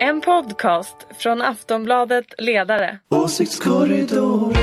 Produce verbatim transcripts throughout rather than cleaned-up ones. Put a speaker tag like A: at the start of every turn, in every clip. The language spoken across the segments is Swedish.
A: En podcast från Aftonbladet Ledare.
B: Åsiktskorridor.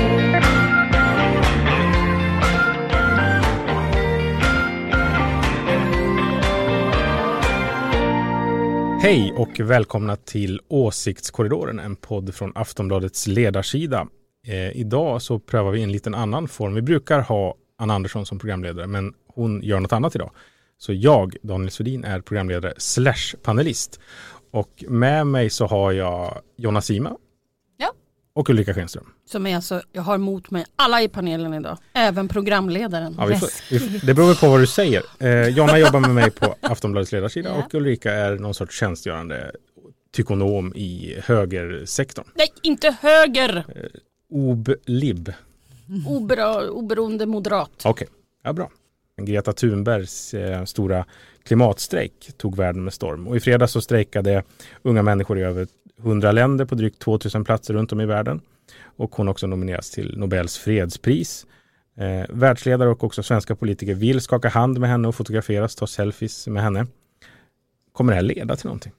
C: Hej och välkomna till Åsiktskorridoren, en podd från Aftonbladets ledarsida. Eh, idag så prövar vi en liten annan form. Vi brukar ha Anna Andersson som programledare, men hon gör något annat idag. Så jag, Daniel Svedin, är programledare slash panelist. Och med mig så har jag Jonna Sima.
D: Ja.
C: Och Ulrika Schenström.
D: Som är alltså, jag har mot mig alla i panelen idag. Även programledaren.
C: Ja, vi får, vi får, det beror på vad du säger. Eh, Jonna jobbar med mig på Aftonbladets ledarsida. Ja. Och Ulrika är någon sorts tjänstgörande tykonom i högersektorn.
D: Nej, inte höger.
C: Eh, Ob-lib.
D: Obero, oberoende moderat.
C: Okej, okay. Ja bra. Greta Thunbergs eh, stora klimatstrejk tog världen med storm. Och i fredags så strejkade unga människor i över hundra länder på drygt tvåtusen platser runt om i världen. Och hon också nomineras till Nobels fredspris. Eh, världsledare och också svenska politiker vill skaka hand med henne och fotograferas, ta selfies med henne. Kommer det här leda till någonting?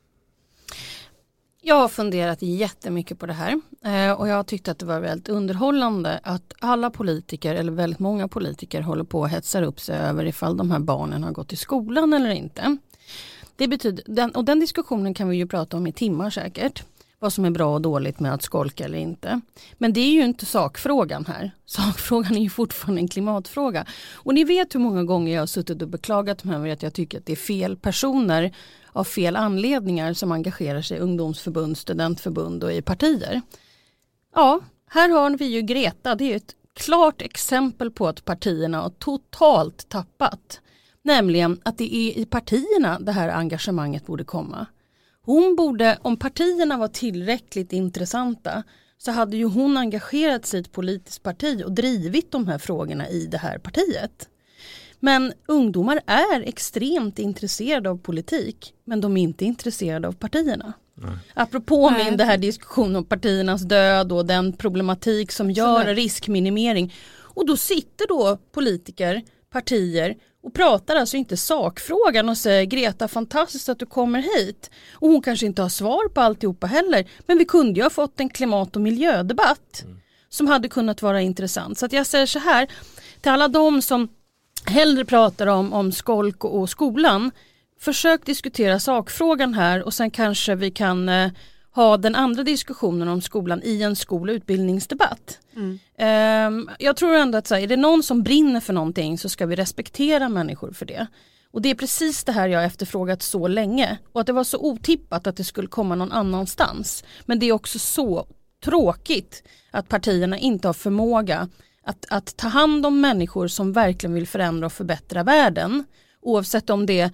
D: Jag har funderat jättemycket på det här eh, och jag tyckte att det var väldigt underhållande att alla politiker, eller väldigt många politiker, håller på att hetsa upp sig över ifall de här barnen har gått i skolan eller inte. Det betyder, den, och den diskussionen kan vi ju prata om i timmar säkert. Vad som är bra och dåligt med att skolka eller inte. Men det är ju inte sakfrågan här. Sakfrågan är ju fortfarande en klimatfråga. Och ni vet hur många gånger jag har suttit och beklagat mig över att jag tycker att det är fel personer av fel anledningar som engagerar sig i ungdomsförbund, studentförbund och i partier. Ja, här har vi ju Greta. Det är ett klart exempel på att partierna har totalt tappat. Nämligen att det är i partierna det här engagemanget borde komma. Hon borde, om partierna var tillräckligt intressanta, så hade ju hon engagerat sig i ett politiskt parti och drivit de här frågorna i det här partiet. Men ungdomar är extremt intresserade av politik, men de är inte intresserade av partierna. Nej. Apropå Nej. min det här diskussion om partiernas död och den problematik som gör riskminimering. Och då sitter då politiker, partier och pratar alltså inte sakfrågan och säger Greta, fantastiskt att du kommer hit. Och hon kanske inte har svar på alltihopa heller. Men vi kunde ju ha fått en klimat- och miljödebatt mm. som hade kunnat vara intressant. Så att jag säger så här, till alla de som hellre pratar om, om skolk och skolan, försök diskutera sakfrågan här och sen kanske vi kan eh, ha den andra diskussionen om skolan i en skol- och utbildningsdebatt. Mm. Um, jag tror ändå att så här, är det någon som brinner för någonting så ska vi respektera människor för det. Och det är precis det här jag har efterfrågat så länge. Och att det var så otippat att det skulle komma någon annanstans. Men det är också så tråkigt att partierna inte har förmåga att, att ta hand om människor som verkligen vill förändra och förbättra världen. Oavsett om det är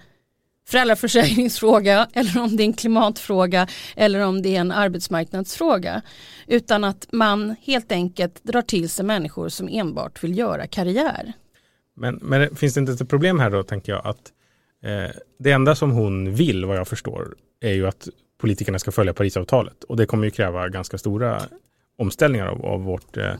D: föräldraförsäkringsfråga eller om det är en klimatfråga eller om det är en arbetsmarknadsfråga. Utan att man helt enkelt drar till sig människor som enbart vill göra karriär.
C: Men, men finns det inte ett problem här då, tänker jag, att eh, det enda som hon vill, vad jag förstår, är ju att politikerna ska följa Parisavtalet. Och det kommer ju kräva ganska stora omställningar av, av vårt... Eh,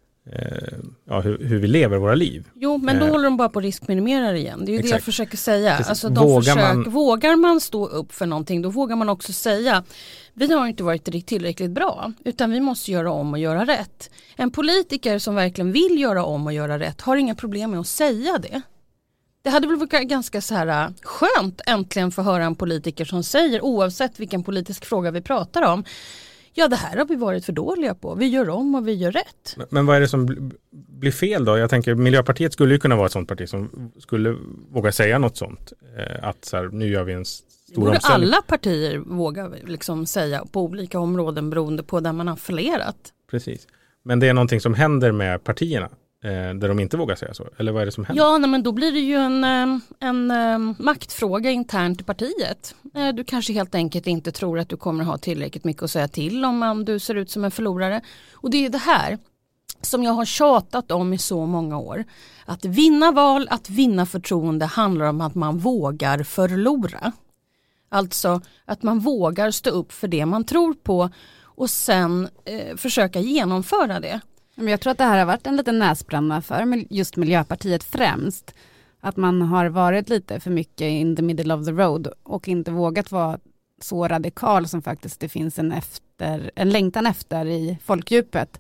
C: Ja, hur, hur vi lever våra liv.
D: Jo, men då eh. håller de bara på att riskminimera igen. Det är ju Exakt. det jag försöker säga. Alltså, de
C: vågar,
D: försöker,
C: man...
D: vågar man stå upp för någonting, då vågar man också säga vi har inte varit tillräckligt bra, utan vi måste göra om och göra rätt. En politiker som verkligen vill göra om och göra rätt har inga problem med att säga det. Det hade väl varit ganska så här skönt äntligen för att höra en politiker som säger, oavsett vilken politisk fråga vi pratar om, ja, det här har vi varit för dåliga på. Vi gör om och vi gör rätt.
C: Men, men vad är det som bl- blir fel då? Jag tänker, Miljöpartiet skulle ju kunna vara ett sånt parti som skulle våga säga något sånt. Eh, att så här, nu gör vi en stor
D: borde
C: omställning.
D: Alla partier våga liksom säga på olika områden beroende på där man har fallerat.
C: Precis. Men det är någonting som händer med partierna. Där de inte vågar säga så? Eller vad är det som händer?
D: Ja, nej, men då blir det ju en, en, en maktfråga internt i partiet. Du kanske helt enkelt inte tror att du kommer ha tillräckligt mycket att säga till om, om du ser ut som en förlorare. Och det är det här som jag har tjatat om i så många år. Att vinna val, att vinna förtroende handlar om att man vågar förlora. Alltså att man vågar stå upp för det man tror på och sen eh, försöka genomföra det.
E: Men jag tror att det här har varit en liten näsbränna för just Miljöpartiet främst. Att man har varit lite för mycket in the middle of the road och inte vågat vara så radikal som faktiskt det finns en, efter, en längtan efter i folkdjupet.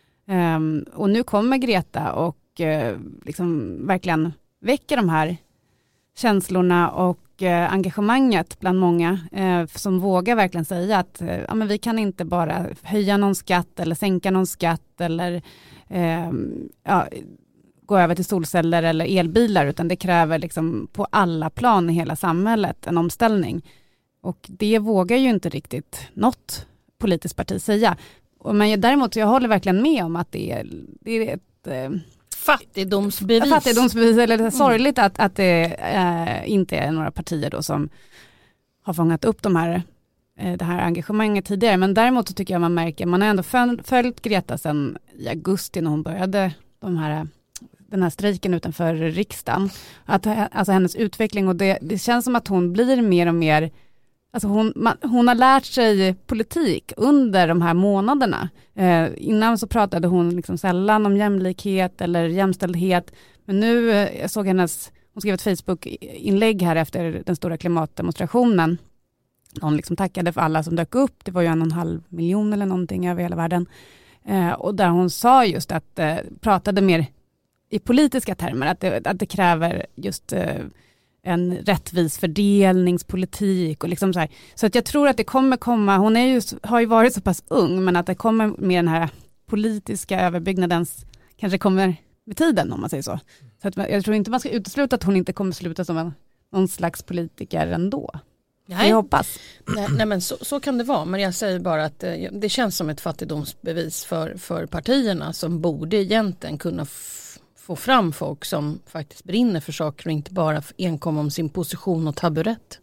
E: Um, och nu kommer Greta och uh, liksom verkligen väcker de här känslorna och uh, engagemanget bland många uh, som vågar verkligen säga att uh, ja, men vi kan inte bara höja någon skatt eller sänka någon skatt eller uh, ja, gå över till solceller eller elbilar, utan det kräver liksom på alla plan i hela samhället en omställning. Och det vågar ju inte riktigt något politiskt parti säga. Men däremot jag håller verkligen med om att det är, det är ett eh,
D: fattigdomsbevis.
E: fattigdomsbevis eller mm. sorgligt att, att det eh, inte är några partier då som har fångat upp de här, eh, det här engagemanget tidigare. Men däremot så tycker jag man märker, man har ändå föl, följt Greta sedan i augusti när hon började de här, den här strejken utanför riksdagen. Att, alltså hennes utveckling, och det, det känns som att hon blir mer och mer. Alltså hon, man, hon har lärt sig politik under de här månaderna. Eh, innan så pratade hon liksom sällan om jämlikhet eller jämställdhet. Men nu eh, jag såg hennes, hon skrev ett Facebook-inlägg här efter den stora klimatdemonstrationen. Hon liksom tackade för alla som dök upp. Det var ju en och en halv miljon eller någonting över hela världen. Eh, och där hon sa just att, eh, pratade mer i politiska termer. Att det, att det kräver just... Eh, en rättvis fördelningspolitik och liksom så här. Så att jag tror att det kommer komma, hon är ju, har ju varit så pass ung, men att det kommer med den här politiska överbyggnadens, kanske kommer med tiden om man säger så. Så att jag tror inte man ska utesluta att hon inte kommer sluta som en, någon slags politiker ändå.
D: Nej.
E: Jag hoppas.
D: Nej, nej men så, så kan det vara, men jag säger bara att det, det känns som ett fattigdomsbevis för, för partierna som borde egentligen kunna f- få fram folk som faktiskt brinner för saker och inte bara enkom om sin position och taburett.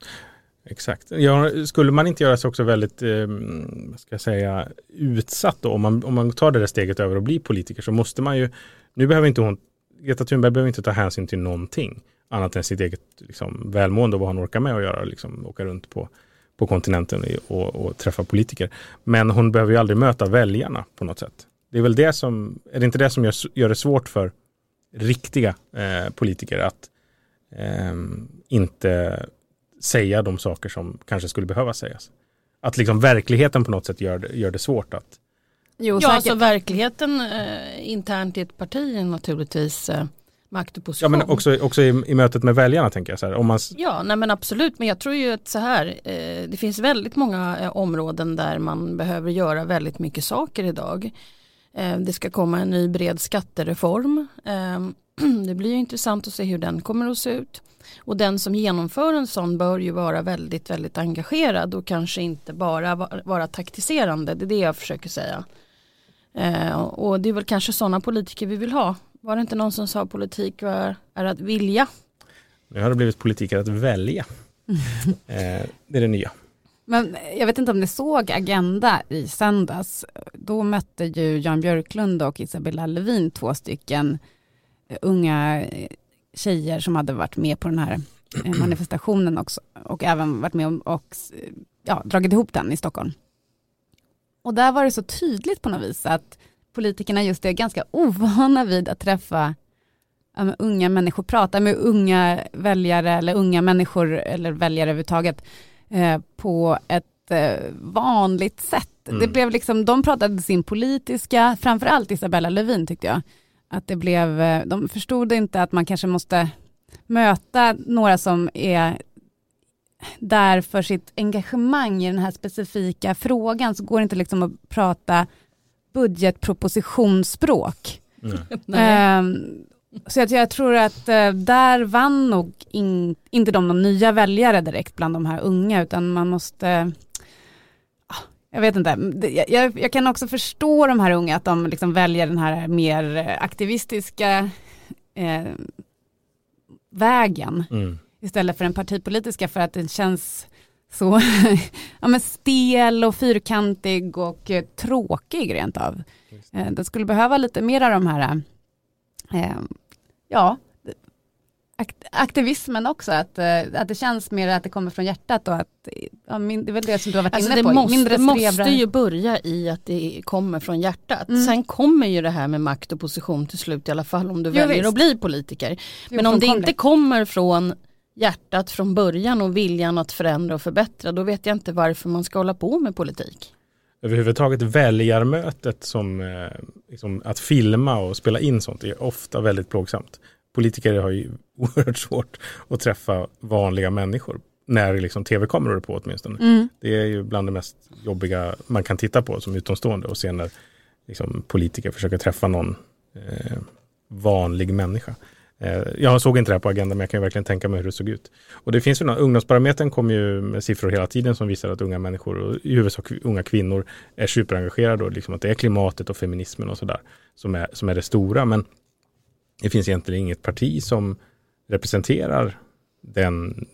C: Exakt. Ja, skulle man inte göra sig också väldigt eh, ska jag säga, utsatt då? Om man, om man tar det där steget över och blir politiker, så måste man ju, nu behöver inte hon, Greta Thunberg behöver inte ta hänsyn till någonting annat än sitt eget liksom, välmående och vad han orkar med att göra, liksom, åka runt på, på kontinenten och, och träffa politiker. Men hon behöver ju aldrig möta väljarna på något sätt. Det är väl det som, är det inte det som gör, gör det svårt för riktiga eh, politiker att eh, inte säga de saker som kanske skulle behöva sägas? Att liksom verkligheten på något sätt gör det, gör det svårt att...
D: Jo, ja, alltså verkligheten eh, internt i ett parti är naturligtvis eh, makt och position.
C: Ja, men också, också i, i mötet med väljarna tänker jag så här. Om man...
D: Ja, nej men absolut. Men jag tror ju att så här, eh, det finns väldigt många eh, områden där man behöver göra väldigt mycket saker idag. Eh, det ska komma en ny bred skattereform. Eh, det blir ju intressant att se hur den kommer att se ut. Och den som genomför en sån bör ju vara väldigt, väldigt engagerad och kanske inte bara vara, vara taktiserande. Det är det jag försöker säga. Eh, och det är väl kanske sådana politiker vi vill ha. Var det inte någon som sa politik är, är att vilja?
C: Nu har det blivit politiker att välja. eh, det är det nya.
E: Men jag vet inte om ni såg Agenda i söndags. Då mötte ju Jan Björklund och Isabella Lövin två stycken unga tjejer som hade varit med på den här manifestationen också. Och även varit med och ja, dragit ihop den i Stockholm. Och där var det så tydligt på något vis att politikerna just är ganska ovana vid att träffa ja, med unga människor, prata med unga väljare eller unga människor eller väljare överhuvudtaget eh, på ett eh, vanligt sätt. Mm. Det blev liksom, de pratade sin politiska, framförallt Isabella Lövin tyckte jag, att det blev, de förstod inte att man kanske måste möta några som är där för sitt engagemang i den här specifika frågan, så går det inte liksom att prata budgetpropositionsspråk. Mm. Um, så jag, jag tror att uh, där vann nog in, inte de, de nya väljare direkt bland de här unga, utan man måste uh, jag vet inte, jag, jag kan också förstå de här unga att de liksom väljer den här mer aktivistiska eh, vägen mm. istället för den partipolitiska, för att det känns så ja, men stel och fyrkantig och eh, tråkig rent av. Eh, det skulle behöva lite mer av de här eh, ja, akt- aktivismen också, att, eh, att det känns mer att det kommer från hjärtat och att ja, min, det är väl det som du har varit alltså inne
D: det
E: på.
D: Måste,
E: Mindre
D: det måste ju börja i att det kommer från hjärtat. Mm. Sen kommer ju det här med makt och position till slut i alla fall om du jo, väljer visst. Att bli politiker. Men jo, om det inte kommer från hjärtat från början och viljan att förändra och förbättra, då vet jag inte varför man ska hålla på med politik.
C: Överhuvudtaget väljarmötet som eh, liksom, att filma och spela in sånt är ofta väldigt plågsamt. Politiker har ju oerhört svårt att träffa vanliga människor när liksom tv-kameror är på åtminstone. Mm. Det är ju bland det mest jobbiga man kan titta på som utomstående och se när liksom, politiker försöker träffa någon eh, vanlig människa. Eh, jag såg inte det här på agendan, men jag kan ju verkligen tänka mig hur det såg ut. Och det finns ju någon, ungdomsbarometern kommer ju med siffror hela tiden som visar att unga människor och i huvudsak unga kvinnor är superengagerade och liksom att det är klimatet och feminismen och sådär som är, som är det stora. Men det finns egentligen inget parti som representerar den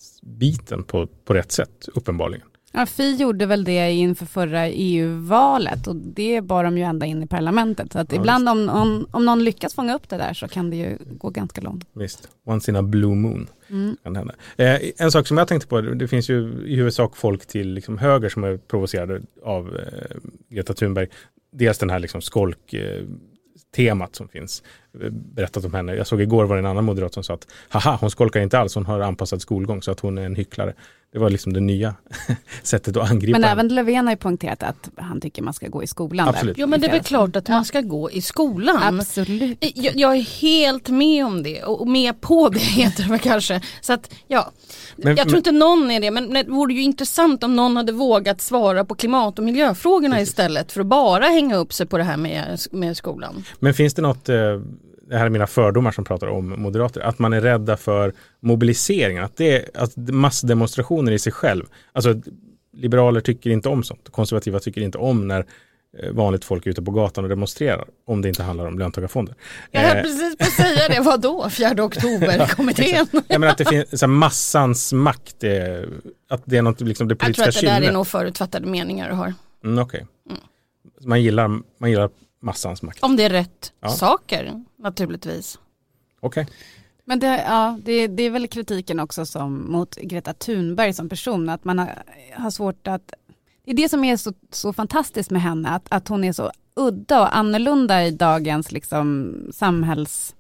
C: biten på, på rätt sätt, uppenbarligen.
E: Ja, Fi gjorde väl det inför förra E U-valet och det bar de ju ända in i parlamentet. Så att ja, ibland om, om, om någon lyckas fånga upp det där så kan det ju gå ganska långt.
C: Visst, once in a blue moon mm. kan hända. Eh, en sak som jag tänkte på, det finns ju i huvudsak folk till liksom höger som är provocerade av eh, Greta Thunberg. Dels den här liksom skolk... Eh, temat som finns berättat om henne. Jag såg igår var det en annan moderat som sa att haha, hon skolkar inte alls, hon har anpassad skolgång så att hon är en hycklare. Det var liksom det nya sättet att angripa.
E: Men även Löfven har ju poängterat att han tycker man ska gå i skolan.
C: Absolut.
D: Jo, men det är väl klart att man ska gå i skolan.
E: Absolut.
D: Jag, jag är helt med om det och med på det heter det kanske. Så att ja, men, jag tror inte någon är det, men det vore ju intressant om någon hade vågat svara på klimat- och miljöfrågorna precis. Istället för att bara hänga upp sig på det här med, med skolan.
C: Men finns det något, det här är mina fördomar som pratar om moderater, att man är rädda för mobiliseringen, att, det, att massdemonstrationer i sig själv, alltså liberaler tycker inte om sånt, konservativa tycker inte om när vanligt folk är ute på gatan och demonstrerar, om det inte handlar om löntagarfonder.
D: Jag höll precis på att säga det, vad då? fjärde oktober-kommittén.
C: Ja, jag menar att det finns så här, massans makt, det, att det är något liksom det politiska
D: kynnet. Jag tror att det där
C: kynnet.
D: är nog förutfattade meningar du har.
C: Mm, Okej. Okay. Mm. Man gillar, man gillar massans makt.
D: Om det är rätt ja. Saker, naturligtvis.
C: Okej. Okay.
E: Men det, ja, det, det är väl kritiken också som mot Greta Thunberg som person, att man har, har svårt att... Det är det som är så, så fantastiskt med henne, att, att hon är så udda och annorlunda i dagens liksom, samhällsdebatt.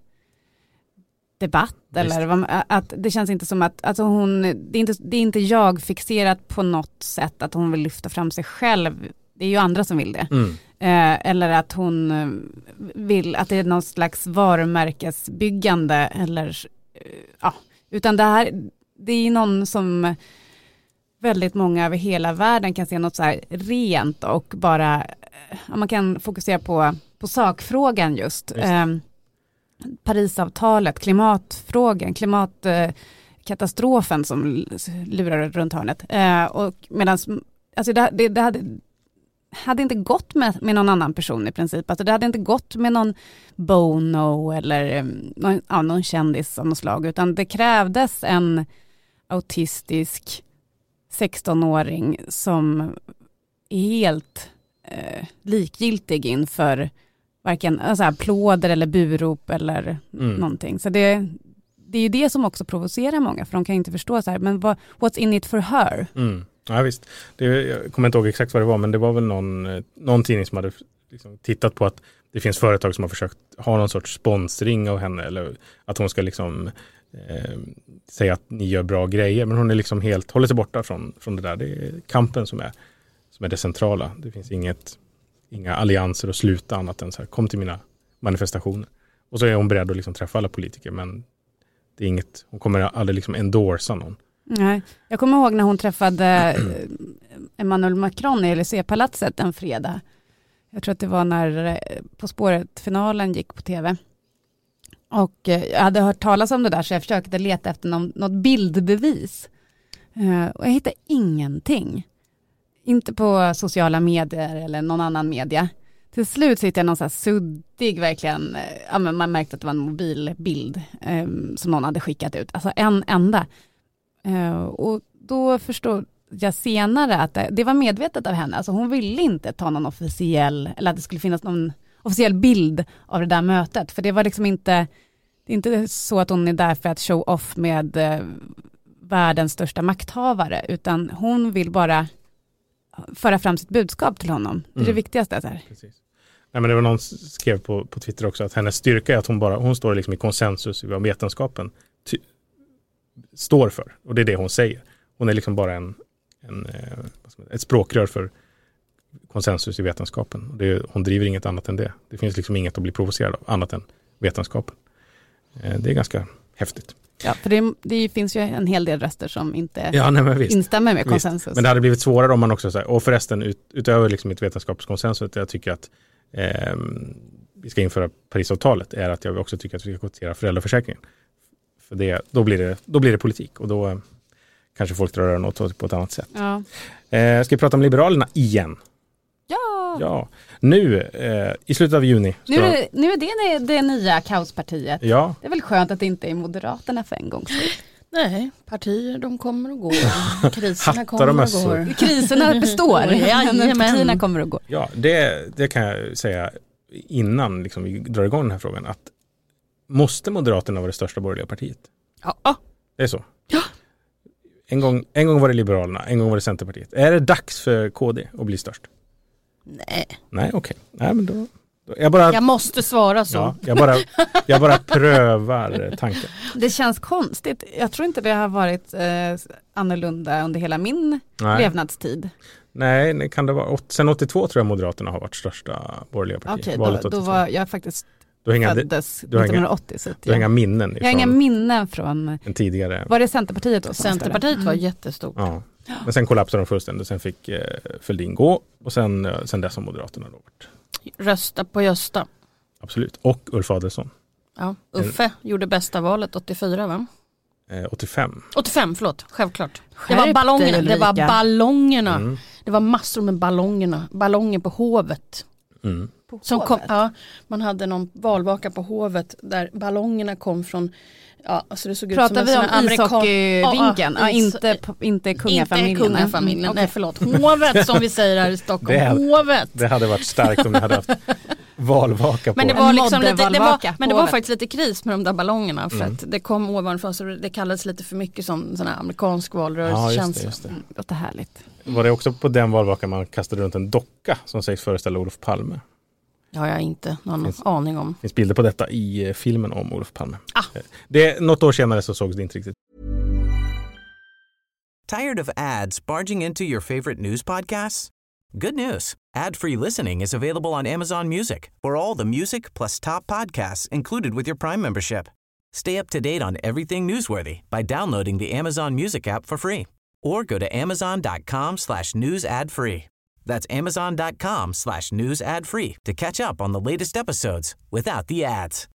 E: Eller vad, att det känns inte som att alltså hon, det är inte, det är inte jag fixerat på något sätt att hon vill lyfta fram sig själv. Det är ju andra som vill det. Mm. Eh, eller att hon vill att det är någon slags varumärkesbyggande eller eh, ja, utan det här, det är någon som väldigt många över hela världen kan se något så här rent och bara ja, man kan fokusera på, på sakfrågan just. just. Eh, Parisavtalet, klimatfrågan, klimatkatastrofen som lurar runt hörnet. Eh, och medan alltså det, det, det hade hade inte gått med, med någon annan person i princip. Alltså det hade inte gått med någon Bono eller någon, ja, någon kändis av något slag, utan det krävdes en autistisk sextonåring som är helt eh, likgiltig inför varken alltså, applåder eller burop eller mm. någonting. Så det, det är ju det som också provocerar många, för de kan inte förstå så här, men vad, what's in it for her?
C: Mm. Ja visst, det, jag kommer inte ihåg exakt vad det var, men det var väl någon, någon tidning som hade liksom tittat på att det finns företag som har försökt ha någon sorts sponsring av henne, eller att hon ska liksom eh, säga att ni gör bra grejer, men hon är liksom helt, håller sig borta från, från det där. Det är kampen som är, som är det centrala. Det finns inget, inga allianser att sluta annat än så här, kom till mina manifestationer. Och så är hon beredd att liksom träffa alla politiker, men det är inget, hon kommer aldrig liksom endorsa någon.
E: Nej, jag kommer ihåg när hon träffade Emmanuel Macron i Élysée-palatset en fredag. Jag tror att det var när På spåret-finalen gick på tv. Och jag hade hört talas om det där, så jag försökte leta efter någon, något bildbevis. Och jag hittade ingenting. Inte på sociala medier eller någon annan media. Till slut så hittade jag någon så här suddig, verkligen, ja, men man märkte att det var en mobilbild um, som någon hade skickat ut. Alltså en enda. Uh, och då förstod jag senare att det, det var medvetet av henne. Alltså hon ville inte ta någon officiell, eller att det skulle finnas någon officiell bild av det där mötet. För det var liksom inte, det är inte så att hon är där för att show off med uh, världens största makthavare, utan hon vill bara föra fram sitt budskap till honom. Det är mm. det viktigaste. Så här.
C: Precis. Nej, men det var någon som skrev på, på Twitter också att hennes styrka är att hon bara hon står liksom i konsensus om vetenskapen. Ty- står för. Och det är det hon säger. Hon är liksom bara en, en, eh, vad ska man säga, ett språkrör för konsensus i vetenskapen. Och det, hon driver inget annat än det. Det finns liksom inget att bli provocerad av annat än vetenskapen. Eh, det är ganska häftigt.
E: Ja, för det, det finns ju en hel del röster som inte
C: ja, nej, men visst.
E: instämmer med konsensus.
C: Visst. Men det hade blivit svårare om man också säger, och förresten ut, utöver liksom ett vetenskapskonsensus, jag tycker att eh, vi ska införa Parisavtalet, är att jag också tycker att vi ska kvotera föräldraförsäkringen. För det, då, blir det, då blir det politik och då eh, kanske folk drar öronen åt på ett annat sätt.
E: Ja.
C: Eh, ska vi prata om Liberalerna igen?
E: Ja!
C: Ja. Nu, eh, i slutet av juni.
E: Nu är, nu är det det nya kaospartiet.
C: Ja.
E: Det är väl skönt att det inte är Moderaterna för en gångs skull.
D: Nej, partier de kommer och går. Kriserna kommer
C: och
D: och
C: mössor.
D: går.
E: Kriserna består, men partierna kommer och går.
C: Ja, det, det kan jag säga innan liksom, vi drar igång den här frågan. Att måste Moderaterna vara det största borgerliga partiet?
D: Ja.
C: Det är så?
D: Ja.
C: En gång, en gång var det Liberalerna, en gång var det Centerpartiet. Är det dags för K D att bli störst?
D: Nej.
C: Nej, okej. Okay. Nej, men då... Jag, bara,
D: jag måste svara så.
C: Ja, jag, bara, jag bara prövar tanken.
E: Det känns konstigt. Jag tror inte det har varit eh, annorlunda under hela min
C: Nej.
E: levnadstid.
C: Nej, det kan det vara. Sen åttiotvå tror jag Moderaterna har varit största borgerliga parti.
E: Okej, okay, då, då var jag faktiskt
C: du hänger,
E: föddes
C: du
E: nittonhundraåttio. Så
C: du har inga minnen
E: jag har inga minnen från
C: en tidigare.
E: Var det Centerpartiet då?
D: Centerpartiet
E: mm.
D: var jättestort.
C: Ja. Men sen kollapsade de fullständigt. Sen fick eh, Fälldin gå. Och sen, eh, sen dess har Moderaterna då varit.
D: Rösta på Gösta.
C: Absolut. Och Ulf Adelsohn.
D: Ja, Uffe en... gjorde bästa valet åttiofyra, va?
C: Eh, åttiofem.
D: åttiofem, förlåt. Självklart.
E: Skärp
D: det var ballongerna.
E: dig,
D: det var ballongerna.
C: Mm.
D: Det var massor med ballongerna. Ballonger på Hovet.
C: Mm.
E: På
D: Som
E: hovet.
D: kom, ja, man hade någon valvaka på Hovet där ballongerna kom från. Ja, alltså det såg
E: Pratar
D: ut som
E: vi
D: en
E: om
D: amerikan...
E: ishockeyvinkeln? Ja,
D: ja, is...
E: inte, inte kungafamiljen.
D: Inte kungafamiljen,
E: mm,
D: nej
E: okay.
D: förlåt. Hovet som vi säger här i Stockholm.
C: Det hade,
D: Hovet.
C: det hade varit starkt om ni hade haft valvaka på.
D: Men det var, liksom lite, det var, men det var
E: hovet.
D: faktiskt lite kris med de där ballongerna. För
C: Mm.
D: att det kom ovanifrån så det kallades lite för mycket som sån här amerikansk
C: Ja,
D: valrörelsekänsla.
C: just det, just det.
E: Mm, låter härligt.
C: Var det också på den valvakan man kastade runt en docka som sägs föreställa Olof Palme?
D: Det har jag inte någon
C: Finns-
D: aning om.
C: Det finns bilder på detta i eh, filmen om Olof Palme.
D: Ah.
C: Det, något år senare så sågs det inte riktigt.
F: Tired of ads barging into your favorite news podcasts? Good news. Ad-free listening is available on Amazon Music for all the music plus top podcasts included with your Prime membership. Stay up to date on everything newsworthy by downloading the Amazon Music app for free or go to amazon.com slash news ad free. That's amazon.com slash news ad free to catch up on the latest episodes without the ads.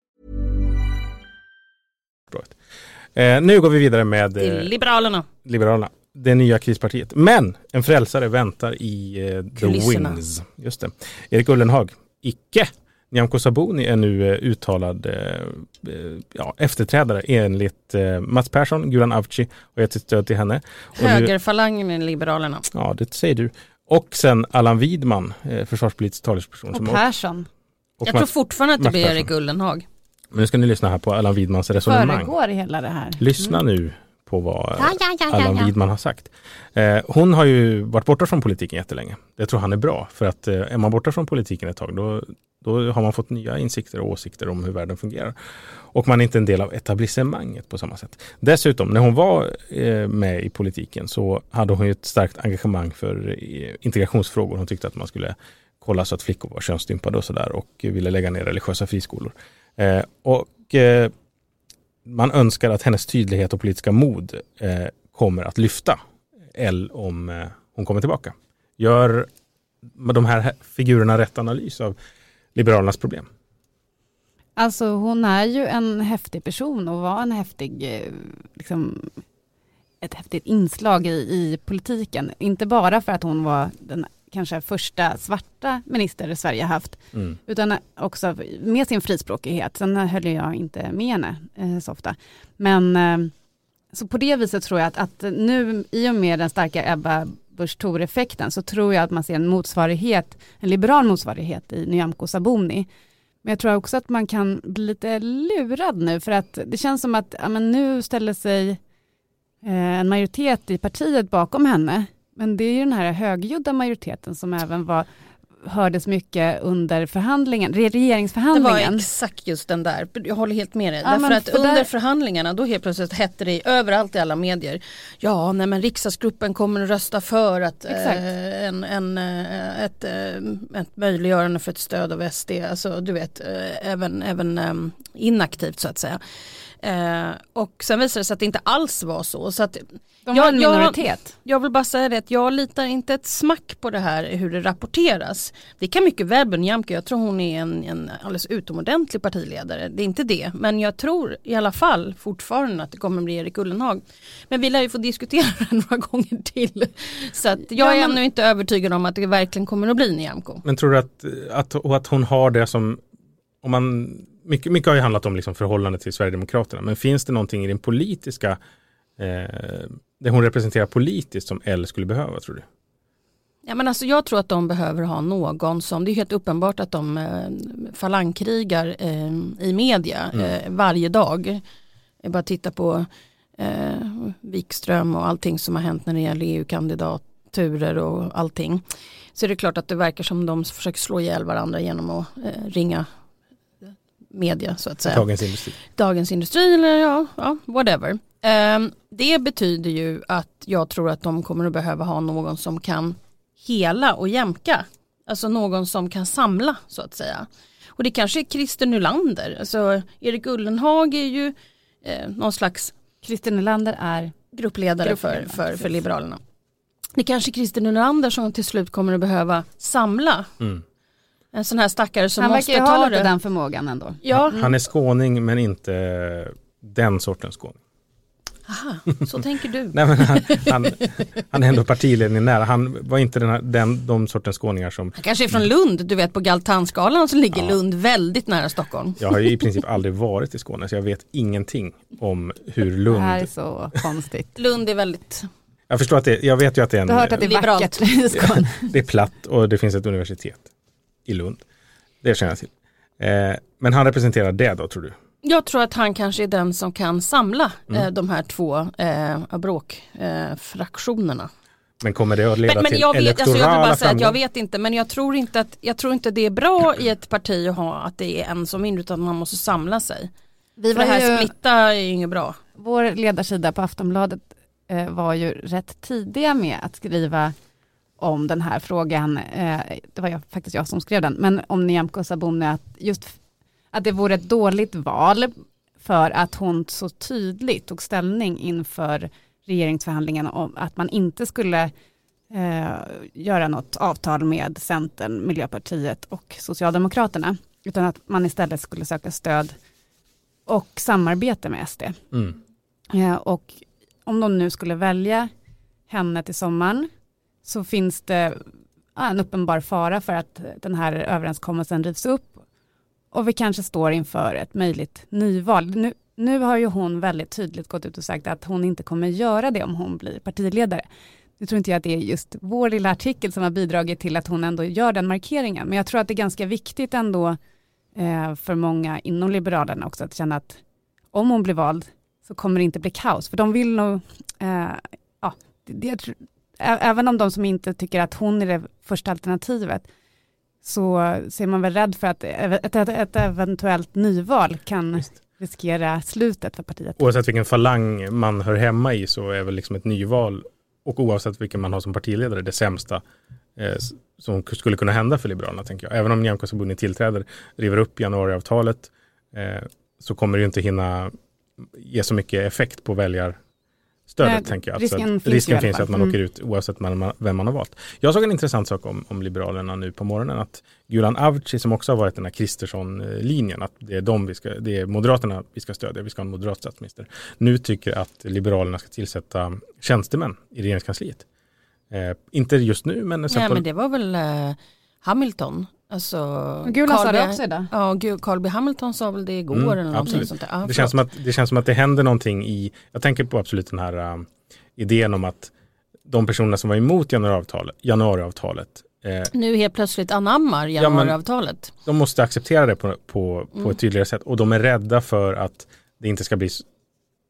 C: Eh, nu går vi vidare med eh,
D: Till Liberalerna.
C: Liberalerna. Det nya krispartiet. Men en frälsare väntar i eh, The
D: Kulisserna.
C: Wings. Just det. Erik Ullenhag. Icke. Nyamko Sabuni är nu eh, uttalad eh, eh, ja, efterträdare enligt eh, Mats Persson, Gulan Avci och gett sitt stöd till henne. Och nu,
D: Högerfalangen i Liberalerna.
C: ja, det säger du. Och sen Allan Widman, eh, försvarspolitisk talesperson.
E: Och
C: som
E: Persson.
C: och
D: Jag
C: Mats-
D: tror fortfarande att det
C: Mats
D: blir
C: Persson.
D: Erik Ullenhag.
C: Men nu ska ni lyssna här på Allan Widmans resonemang.
E: Föregår hela det här.
C: Lyssna nu på vad
D: Ja, ja, ja, ja,
C: Allan
D: ja.
C: Widman har sagt. Eh, hon har ju varit borta från politiken jättelänge. Det tror han är bra. För att eh, är man borta från politiken ett tag då, då har man fått nya insikter och åsikter om hur världen fungerar. Och man är inte en del av etablissemanget på samma sätt. Dessutom, när hon var eh, med i politiken så hade hon ju ett starkt engagemang för eh, integrationsfrågor. Hon tyckte att man skulle kolla så att flickor var könsstympade och sådär och ville lägga ner religiösa friskolor. Eh, och eh, man önskar att hennes tydlighet och politiska mod eh, kommer att lyfta L om eh, hon kommer tillbaka. Gör de här figurerna rätt analys av Liberalernas problem?
E: Alltså hon är ju en häftig person och var en häftig, eh, liksom, ett häftigt inslag i, i politiken. Inte bara för att hon var den kanske första svarta minister Sverige haft,
C: Mm.
E: utan också med sin frispråkighet. Sen höll jag inte med henne eh, så ofta. Men eh, så på det viset tror jag att, att nu i och med den starka Ebba Busch Thor-effekten så tror jag att man ser en motsvarighet, en liberal motsvarighet i Nyamko Sabuni. Men jag tror också att man kan bli lite lurad nu för att det känns som att ja, men nu ställer sig eh, en majoritet i partiet bakom henne. Men det är ju den här högljudda majoriteten som även var hördes mycket under förhandlingen, re-
D: Det
E: regeringsförhandlingen.
D: var exakt just den där. Jag håller helt med dig.
E: Ja,
D: Därför
E: men
D: att
E: för
D: under
E: där-
D: förhandlingarna då helt plötsligt hette det överallt i alla medier. Ja, nej, men riksdagsgruppen kommer att rösta för att eh, en, en, eh, ett, eh, ett möjliggörande för ett stöd av S D. Alltså du vet, eh, även, även eh, inaktivt så att säga. Eh, och sen visade det sig att det inte alls var så. Så att
E: De var en minoritet.
D: Jag, jag vill bara säga det att jag litar inte ett smack på det här hur det rapporteras. Det kan mycket väl bli Nyamko. Jag tror hon är en, en alldeles utomordentlig partiledare. Det är inte det. Men jag tror i alla fall fortfarande att det kommer bli Erik Ullenhag. Men vi lär ju få diskutera det några gånger till. Så att jag
E: Ja,
D: är
E: men-
D: ännu inte övertygad om att det verkligen kommer att bli Nyamko.
C: Men tror du att, att, och att hon har det som, om man, mycket, mycket har ju handlat om liksom förhållandet till Sverigedemokraterna, men finns det någonting i den politiska, eh, det hon representerar politiskt som L skulle behöva, tror du?
D: Ja, men alltså jag tror att de behöver ha någon som, det är helt uppenbart att de eh, falangkrigar eh, i media eh, varje dag. Jag bara titta på eh, Wikström och allting som har hänt när det gäller E U-kandidaturer och allting. Så är det klart att det verkar som de försöker slå ihjäl varandra genom att eh, ringa media så att säga.
C: Dagens Industri.
D: Dagens Industri eller ja, ja whatever. Um, det betyder ju att jag tror att de kommer att behöva ha någon som kan hela och jämka. Alltså någon som kan samla så att säga. Och det kanske är Christer Nylander. Alltså Erik Ullenhag är ju eh, någon slags
E: Christer Nylander är
D: gruppledare,
E: Gruppledare,
D: för, för,
E: precis.
D: för Liberalerna. Det kanske är Christer Nylander som till slut kommer att behöva samla.
C: Mm.
D: En sån här stackare som
E: han
D: måste
E: verkar ju ha
D: ta
E: lite
D: det.
E: den förmågan ändå.
D: Ja,
C: Han är skåning men inte den sortens skåning.
D: aha, så tänker du.
C: Nej, men han, han, han är ändå partiledningen nära. Han var inte den, här, den de sortens skåningar som...
D: Han kanske är från Lund, du vet på Galtanskalan så ligger
C: Ja.
D: Lund väldigt nära Stockholm.
C: Jag har ju i princip aldrig varit i Skåne så jag vet ingenting om hur
E: Det här är
C: Lund...
E: så konstigt.
D: Lund är väldigt,
C: Jag förstår att det, jag vet ju att det är en...
E: Du har hört att det är
D: Liberalt.
E: vackert i Skåne.
C: Det är platt och det finns ett universitet i Lund. Det känner jag till. Eh, men han representerar det då, tror du?
D: jag tror att han kanske är den som kan samla
C: Mm.
D: eh, de här två eh, bråkfraktionerna. Eh, fraktionerna.
C: Men kommer det att leda
D: men men
C: till
D: jag, vet,
C: elektorala
D: alltså jag vill bara säga att jag
C: framgång?
D: vet inte, men jag tror inte att jag tror inte det är bra i ett parti att ha att det är en som vinner utan man måste samla sig.
E: Vi
D: För det här
E: ju,
D: splitta är ju inget bra.
E: vår ledarsida på Aftonbladet eh, var ju rätt tidiga med att skriva om den här frågan. Eh, det var jag, faktiskt jag som skrev den, men om Nyamko Sabuni att just f- att det vore ett dåligt val för att hon så tydligt tog ställning inför regeringsförhandlingen om att man inte skulle eh, göra något avtal med Centern, Miljöpartiet och Socialdemokraterna, utan att man istället skulle söka stöd och samarbete med S D.
C: Mm.
E: Eh, och om de nu skulle välja henne till sommaren så finns det ja, en uppenbar fara för att den här överenskommelsen rivs upp och vi kanske står inför ett möjligt nyval. Nu, nu har ju hon väldigt tydligt gått ut och sagt att hon inte kommer göra det om hon blir partiledare. Nu tror inte jag att det är just vår lilla artikel som har bidragit till att hon ändå gör den markeringen. Men jag tror att det är ganska viktigt ändå eh, för många inom Liberalerna också att känna att om hon blir vald så kommer det inte bli kaos. För de vill nog, eh, ja, det, det, ä- även om de som inte tycker att hon är det första alternativet så ser man väl rädd för att ett, ett, ett eventuellt nyval kan
C: Visst.
E: riskera slutet för partiet.
C: Oavsett vilken falang man hör hemma i så är väl liksom ett nyval och oavsett vilken man har som partiledare det sämsta eh, som skulle kunna hända för Liberalerna, tänker jag. Även om Nyamko Sabuni tillträder, river upp januariavtalet eh, så kommer det ju inte hinna ge så mycket effekt på väljarstödet,
E: Nej,
C: tänker jag.
E: risken
C: Så att,
E: finns
C: risken
E: i alla
C: finns
E: fall.
C: att man
E: Mm.
C: åker ut oavsett man, vem man har valt. Jag såg en intressant sak om, om Liberalerna nu på morgonen, att Gulan Avci som också har varit den här Kristersson-linjen, att det är, de vi ska, det är Moderaterna vi ska stödja, vi ska ha en moderat statsminister, nu tycker att Liberalerna ska tillsätta tjänstemän i regeringskansliet. Eh, inte just nu, men...
D: Nej, men det var väl eh, Hamilton. Alltså,
E: Gulan sa
D: Carl
E: det
D: B-
E: också idag.
D: Ja, Gu- Carl B. Hamilton sa väl det igår
C: Mm,
D: eller någonting
C: absolut.
D: sånt där. Ja,
C: Det
D: förlåt.
C: känns, som att, det känns som att det händer någonting i, jag tänker på absolut den här uh, idén om att de personerna som var emot januariavtalet, januariavtalet eh,
D: Nu helt plötsligt anammar januariavtalet.
C: de måste acceptera det på, på, på
D: Mm.
C: ett tydligare sätt och de är rädda för att det inte ska bli s-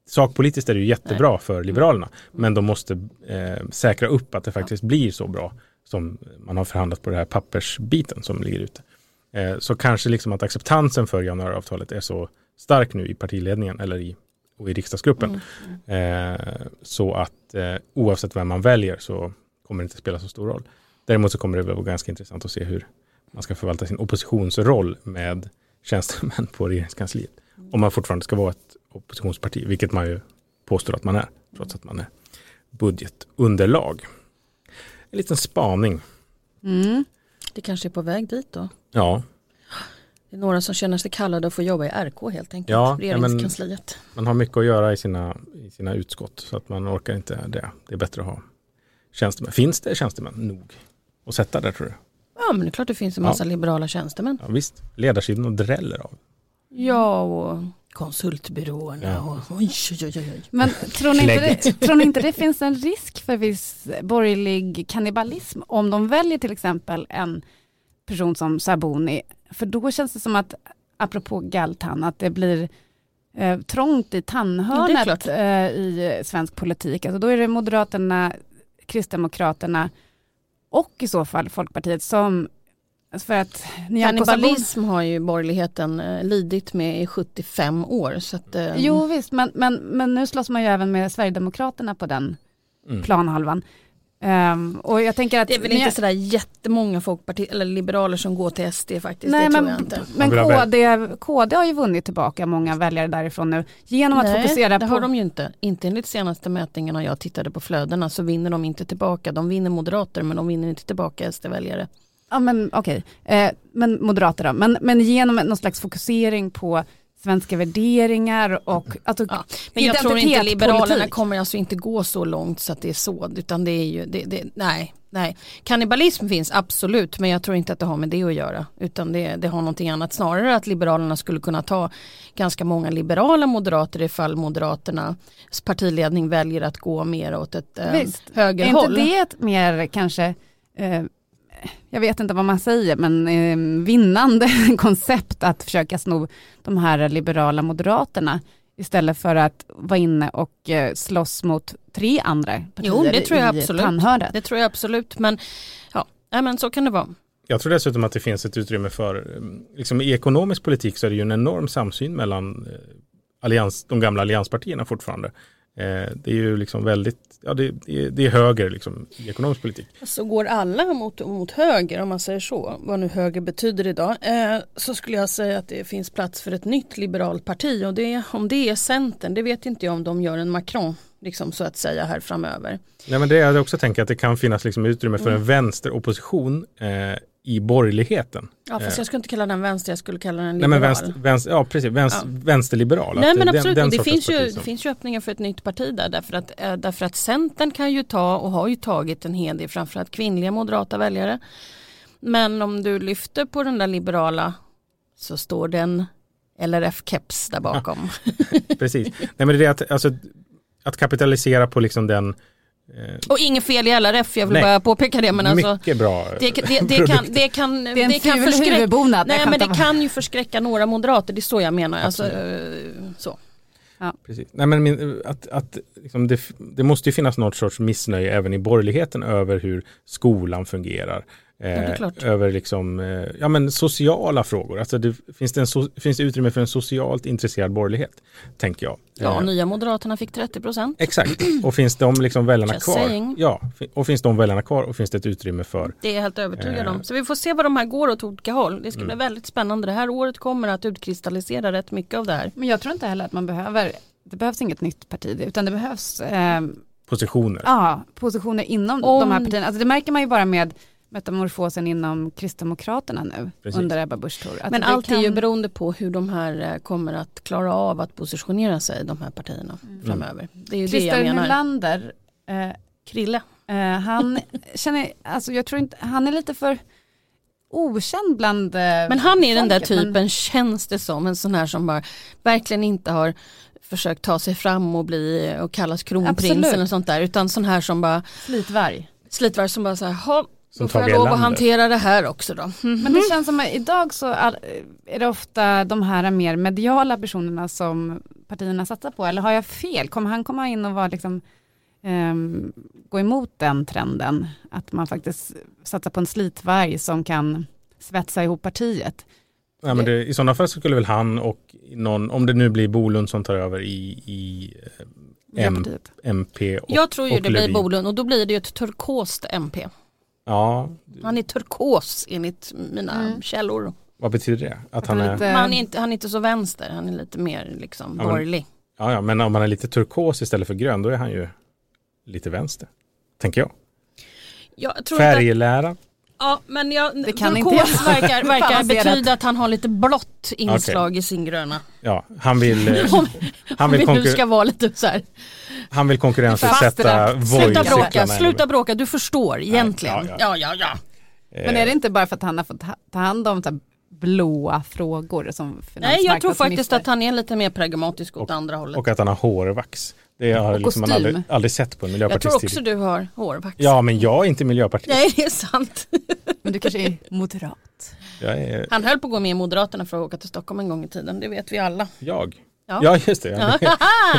C: sakpolitiskt är det ju jättebra för Liberalerna, men de måste eh, säkra upp att det faktiskt blir så bra som man har förhandlat på det här pappersbiten som ligger ute. Eh, så kanske liksom att acceptansen för januariavtalet är så stark nu i partiledningen eller i, och i riksdagsgruppen. Mm. Eh, så att eh, oavsett vem man väljer så kommer det inte spela så stor roll. Däremot så kommer det väl vara ganska intressant att se hur man ska förvalta sin oppositionsroll med tjänstemän på regeringskansliet. Mm. Om man fortfarande ska vara ett oppositionsparti, vilket man ju påstår att man är, trots att man är budgetunderlag. En liten spaning.
D: Mm. Det kanske är på väg dit då?
C: Ja.
D: Det är några som känner sig kallade att få jobba i R K helt enkelt,
C: ja,
D: regeringskansliet.
C: Man har mycket att göra i sina, i sina utskott så att man orkar inte det. Det är bättre att ha tjänstemän. Finns det tjänstemän nog att sätta där tror du?
D: Ja, men det är klart det finns en massa ja. liberala tjänstemän.
C: Ja, visst, ledarsidan och dräller av.
D: Ja, och konsultbyråerna. Ja. Och, oj, oj, oj, oj.
E: Men tror ni, inte det, tror ni inte det finns en risk för viss borgerlig kannibalism om de väljer till exempel en person som Sabuni? För då känns det som att, apropå Galtan, att det blir eh, trångt i tandhörnet
D: ja,
E: eh, i svensk politik. Alltså då är det Moderaterna, Kristdemokraterna och i så fall Folkpartiet som för att
D: kannibalism har ju borgerligheten eh, lidit med i sjuttiofem år. Så att, eh,
E: jo visst, men, men, men nu slåss man ju även med Sverigedemokraterna på den mm. planhalvan. Um, och jag tänker att
D: det är väl inte jag, sådär jättemånga folkparti eller liberaler som går till S D faktiskt.
E: Nej,
D: det
E: men,
D: tror jag inte.
E: Men K D, K D har ju vunnit tillbaka många väljare därifrån nu genom att
D: nej,
E: fokusera
D: det
E: på...
D: har de ju inte. Inte enligt senaste mätningarna jag tittade på flödena så vinner de inte tillbaka. De vinner moderater men de vinner inte tillbaka S D-väljare.
E: Ja men okej, okay. eh, men moderater då. Men, men genom någon slags fokusering på svenska värderingar och alltså,
D: ja, men jag tror inte liberalerna kommer alltså inte gå så långt så att det är så, utan det är ju det, det, nej, nej. Kannibalism finns absolut, men jag tror inte att det har med det att göra, utan det, det har någonting annat, snarare att liberalerna skulle kunna ta ganska många liberala moderater ifall moderaternas partiledning väljer att gå mer åt ett eh, högerhåll.
E: Är inte det ett mer kanske eh, jag vet inte vad man säger, men eh, vinnande koncept att försöka sno de här liberala moderaterna istället för att vara inne och eh, slåss mot tre andra partier.
D: Jo, det tror jag absolut.
E: Tandhördet.
D: Det tror jag absolut, men ja, nej, men så kan det vara.
C: Jag tror dessutom att det finns ett utrymme för, liksom i ekonomisk politik så är det ju en enorm samsyn mellan eh, allians, de gamla allianspartierna fortfarande. Det är ju liksom väldigt, ja det, det är höger liksom i ekonomisk politik.
D: Så går alla mot, mot höger om man säger så, vad nu höger betyder idag, eh, så skulle jag säga att det finns plats för ett nytt liberalt parti och det, om det är Centern, det vet inte jag om de gör en Macron liksom så att säga här framöver.
C: Nej men det är jag också tänker att det kan finnas liksom utrymme för mm. en vänsteropposition eh, i borgerligheten.
D: Ja, fast jag skulle inte kalla den vänster, jag skulle kalla den
C: liberal. Nej, men vänster, vänster, ja, precis. Vänster, ja. Vänsterliberal.
D: Nej, men absolut. Den, den det, finns ju, som... det finns ju öppningar för ett nytt parti där. Därför att, äh, därför att Centern kan ju ta och har ju tagit en hel del, framförallt kvinnliga moderata väljare. Men om du lyfter på den där liberala så står den L R F-keps där bakom.
C: Ja. Precis. Nej, men det är att, alltså, att kapitalisera på liksom den...
D: Och inget fel i L R F, jag vill Nej. bara påpeka det, men alltså
C: mycket bra
D: det, det, det kan det kan det,
E: det
D: kan förskräcka. Nej, men det
E: vara.
D: kan ju förskräcka några moderater, det är så jag menar. Alltså, så.
C: Ja. Precis. Nej, men min, att, att liksom det, det måste ju finnas något sorts missnöje även i borgerligheten över hur skolan fungerar. Eh,
D: ja,
C: över liksom, eh, ja, men sociala frågor. Alltså det, finns, det en so, finns det utrymme för en socialt intresserad borgerlighet, tänker jag.
D: Ja,
C: eh,
D: nya moderaterna fick trettio procent.
C: Exakt. Och finns de liksom väljarna
D: Just
C: kvar?
D: saying.
C: Ja, och finns de väljarna kvar och finns det ett utrymme för?
D: Det är jag helt övertygad om. Så vi får se vad de här går åt olika håll. Det ska mm. bli väldigt spännande. Det här året kommer att utkristallisera rätt mycket av det här.
E: Men jag tror inte heller att man behöver, det behövs inget nytt parti, utan det behövs eh,
C: positioner.
E: Ja, positioner inom om, de här partierna. Alltså det märker man ju bara med metamorfosen inom Kristdemokraterna nu. Precis. Under Ebba Busch Thor.
D: Men allt kan... är ju beroende på hur de här kommer att klara av att positionera sig, de här partierna mm. framöver. Det är ju
E: Christer
D: det jag menar.
E: Nylander, eh,
D: Krille.
E: Eh, han känner, alltså jag tror inte, han är lite för okänd bland eh,
D: Men han är
E: folket,
D: den där typen,
E: men...
D: känns det som, en sån här som bara verkligen inte har försökt ta sig fram och bli och kallas kronprins Absolut. Eller sånt där, utan sån här som bara
E: slitvarg.
D: Slitvarg som bara så här, ha Då får jag lov att hantera det här också då. Mm-hmm.
E: Men det känns som att idag så är det ofta de här mer mediala personerna som partierna satsar på. Eller har jag fel? Kommer han komma in och vara liksom um, gå emot den trenden. Att man faktiskt satsar på en slitvarg som kan svetsa ihop partiet.
C: Ja, men det, i sådana fall så skulle väl han och någon, om det nu blir Bolund som tar över i, i M, M P och
D: Jag tror ju
C: och
D: det
C: Levin.
D: blir Bolund och då blir det ju ett turkost M P.
C: Ja.
D: Han är turkos enligt mina mm. källor.
C: Vad betyder det? Att,
E: att
C: han,
E: han
C: är...
E: lite...
D: han, är inte, han är inte så vänster, han är lite mer liksom
C: ja, men,
D: borgerlig.
C: Ja, ja, men om man är lite turkos istället för grön, då är han ju lite vänster, tänker jag.
D: jag tror
C: Färglära.
D: Att, ja, men jag,
E: det kan
D: turkos
E: inte
D: verkar, verkar betyda att han har lite blått inslag okay. i sin gröna.
C: Ja, han vill...
D: om,
C: han vill
D: om konkur- du ska vara lite så här.
C: Han vill konkurrensutsätta Voi.
D: Sluta bråka, sluta bråka, du förstår egentligen.
C: Nej, ja,
D: ja, ja, ja.
C: ja.
E: Men är det inte bara för att han har fått ta hand om så här blåa frågor som
D: Nej, jag tror faktiskt att han är lite mer pragmatisk åt och, andra hållet.
C: Och att han har hårvax. Det har liksom man aldrig, aldrig sett på en miljöpartist.
D: Jag tror också tidigt. Du har hårvax.
C: Ja, men jag är inte miljöpartist.
D: Nej, det är sant.
E: Men du kanske är moderat.
C: Jag är...
D: Han höll på att gå med i Moderaterna för att åka till Stockholm en gång i tiden. Det vet vi alla.
C: Jag?
D: Ja,
C: ja just det. Ja.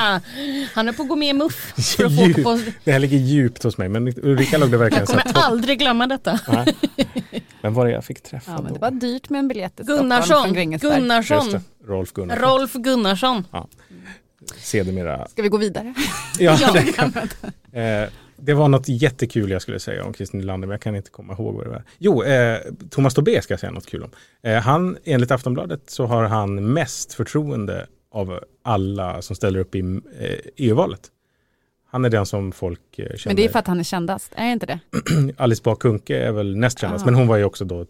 D: Han är på att gå med i M U F. För att
C: Djup.
D: få på...
C: Det här ligger djupt hos mig. Men Ulrika låg det verkligen så.
D: Jag kommer aldrig glömma detta.
C: Nej. Men vad det jag fick träffa
E: ja, men
C: då?
E: det var dyrt med en biljett till
D: Gunnarsson. Gunnarsson.
C: Rolf Gunnarsson.
D: Rolf Gunnarsson.
C: Ja. Sedermera.
E: Ska vi gå vidare?
C: Ja, det kan. eh, det var något jättekul jag skulle säga om Christer Nylander, men jag kan inte komma ihåg vad det var. Jo, eh, Thomas Tobé ska jag säga något kul om. Eh, han, enligt Aftonbladet så har han mest förtroende av alla som ställer upp i eh, E U-valet. Han är den som folk eh, känner.
E: Men det är för att han är kändast, är det inte det?
C: Alice Bah Kuhnke är väl näst kändast, ah. men hon var ju också då,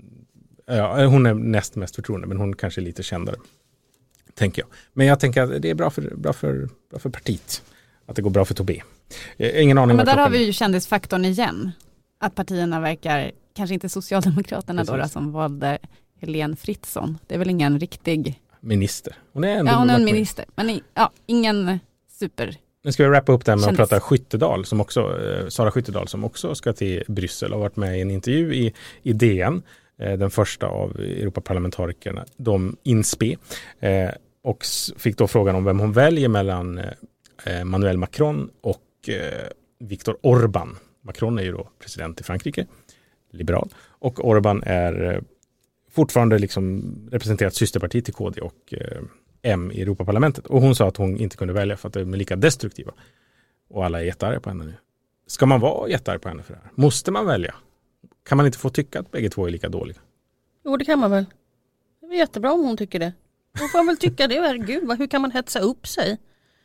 C: ja, hon är näst mest förtroende, men hon kanske är lite kändare. Tänker jag. Men jag tänker att det är bra för, bra för, bra för partiet. Att det går bra för Tobé. Ingen aning.
E: Ja, men där har vi ju kändisfaktorn igen. Att partierna verkar, kanske inte Socialdemokraterna då, då som valde Helene Fritzon. Det är väl ingen riktig
C: minister. Hon är ändå
E: ja, hon är en minister. Men i, ja, ingen super.
C: Nu ska vi wrappa upp det med att
E: Kändis.
C: prata Skyttedal som också, eh, Sara Skyttedal som också ska till Bryssel och har varit med i en intervju i, i D N. Eh, den första av Europaparlamentarikerna, de inspe. Eh, och fick då frågan om vem hon väljer mellan eh, Emmanuel Macron och eh, Viktor Orbán. Macron är ju då president i Frankrike, liberal. Och Orbán är eh, fortfarande liksom representerat systerparti till K D och eh, M i Europaparlamentet. Och hon sa att hon inte kunde välja för att de är lika destruktiva. Och alla är jättearga på henne nu. Ska man vara jättearg på henne för det här? Måste man välja? Kan man inte få tycka att bägge två är lika dåliga?
D: Jo, det kan man väl. Det är jättebra om hon tycker det. Hon får väl tycka det. Herregud, hur kan man hetsa upp sig?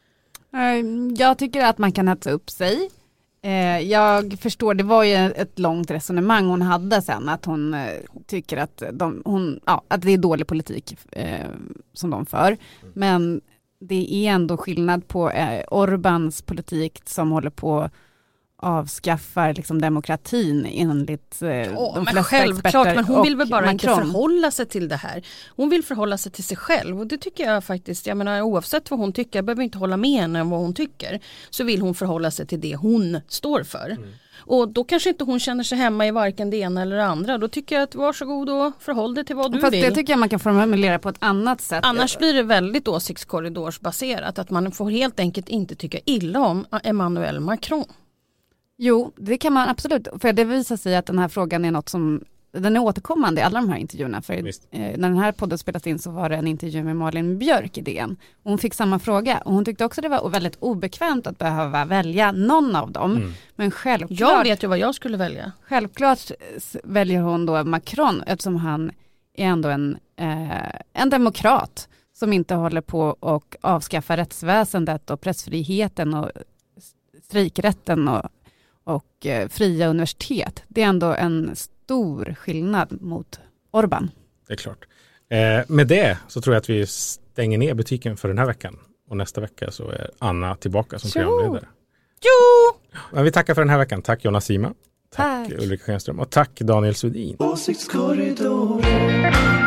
E: Jag tycker att man kan hetsa upp sig. Jag förstår, det var ju ett långt resonemang hon hade sen. Att hon tycker att, de, hon, ja, att det är dålig politik eh, som de för. Men det är ändå skillnad på eh, Orbáns politik som håller på avskaffar liksom demokratin enligt eh,
D: ja,
E: de
D: men
E: flesta
D: självklart,
E: experter.
D: Men hon vill väl bara
E: Macron.
D: inte förhålla sig till det här. Hon vill förhålla sig till sig själv och det tycker jag faktiskt, jag menar oavsett vad hon tycker, jag behöver inte hålla med henne om vad hon tycker, så vill hon förhålla sig till det hon står för. Mm. Och då kanske inte hon känner sig hemma i varken det ena eller det andra. Då tycker jag att varsågod och förhåll dig till vad du
E: Fast
D: vill.
E: Det tycker jag man kan formulera på ett annat sätt.
D: Annars blir det väldigt åsiktskorridorsbaserat, att man får helt enkelt inte tycka illa om Emmanuel Macron.
E: Jo, det kan man absolut. För det visar sig att den här frågan är något som, den är återkommande i alla de här intervjuerna. För eh, när den här podden spelas in så var det en intervju med Malin Björk i D N. Hon fick samma fråga och hon tyckte också det var väldigt obekvämt att behöva välja någon av dem. Mm. Men självklart...
D: Jag vet ju vad jag skulle välja.
E: Självklart väljer hon då Macron eftersom han är ändå en, eh, en demokrat som inte håller på och avskaffa rättsväsendet och pressfriheten och strejkrätten och och eh, fria universitet. Det är ändå en stor skillnad mot Orbán.
C: Det är klart. Eh, med det så tror jag att vi stänger ner butiken för den här veckan. Och nästa vecka så är Anna tillbaka som programledare.
D: Jo!
C: Men vi tackar för den här veckan. Tack Jonas Sima. Tack,
E: tack.
C: Ulrika Schenström. Och tack Daniel Svedin.
B: Åsiktskorridoren.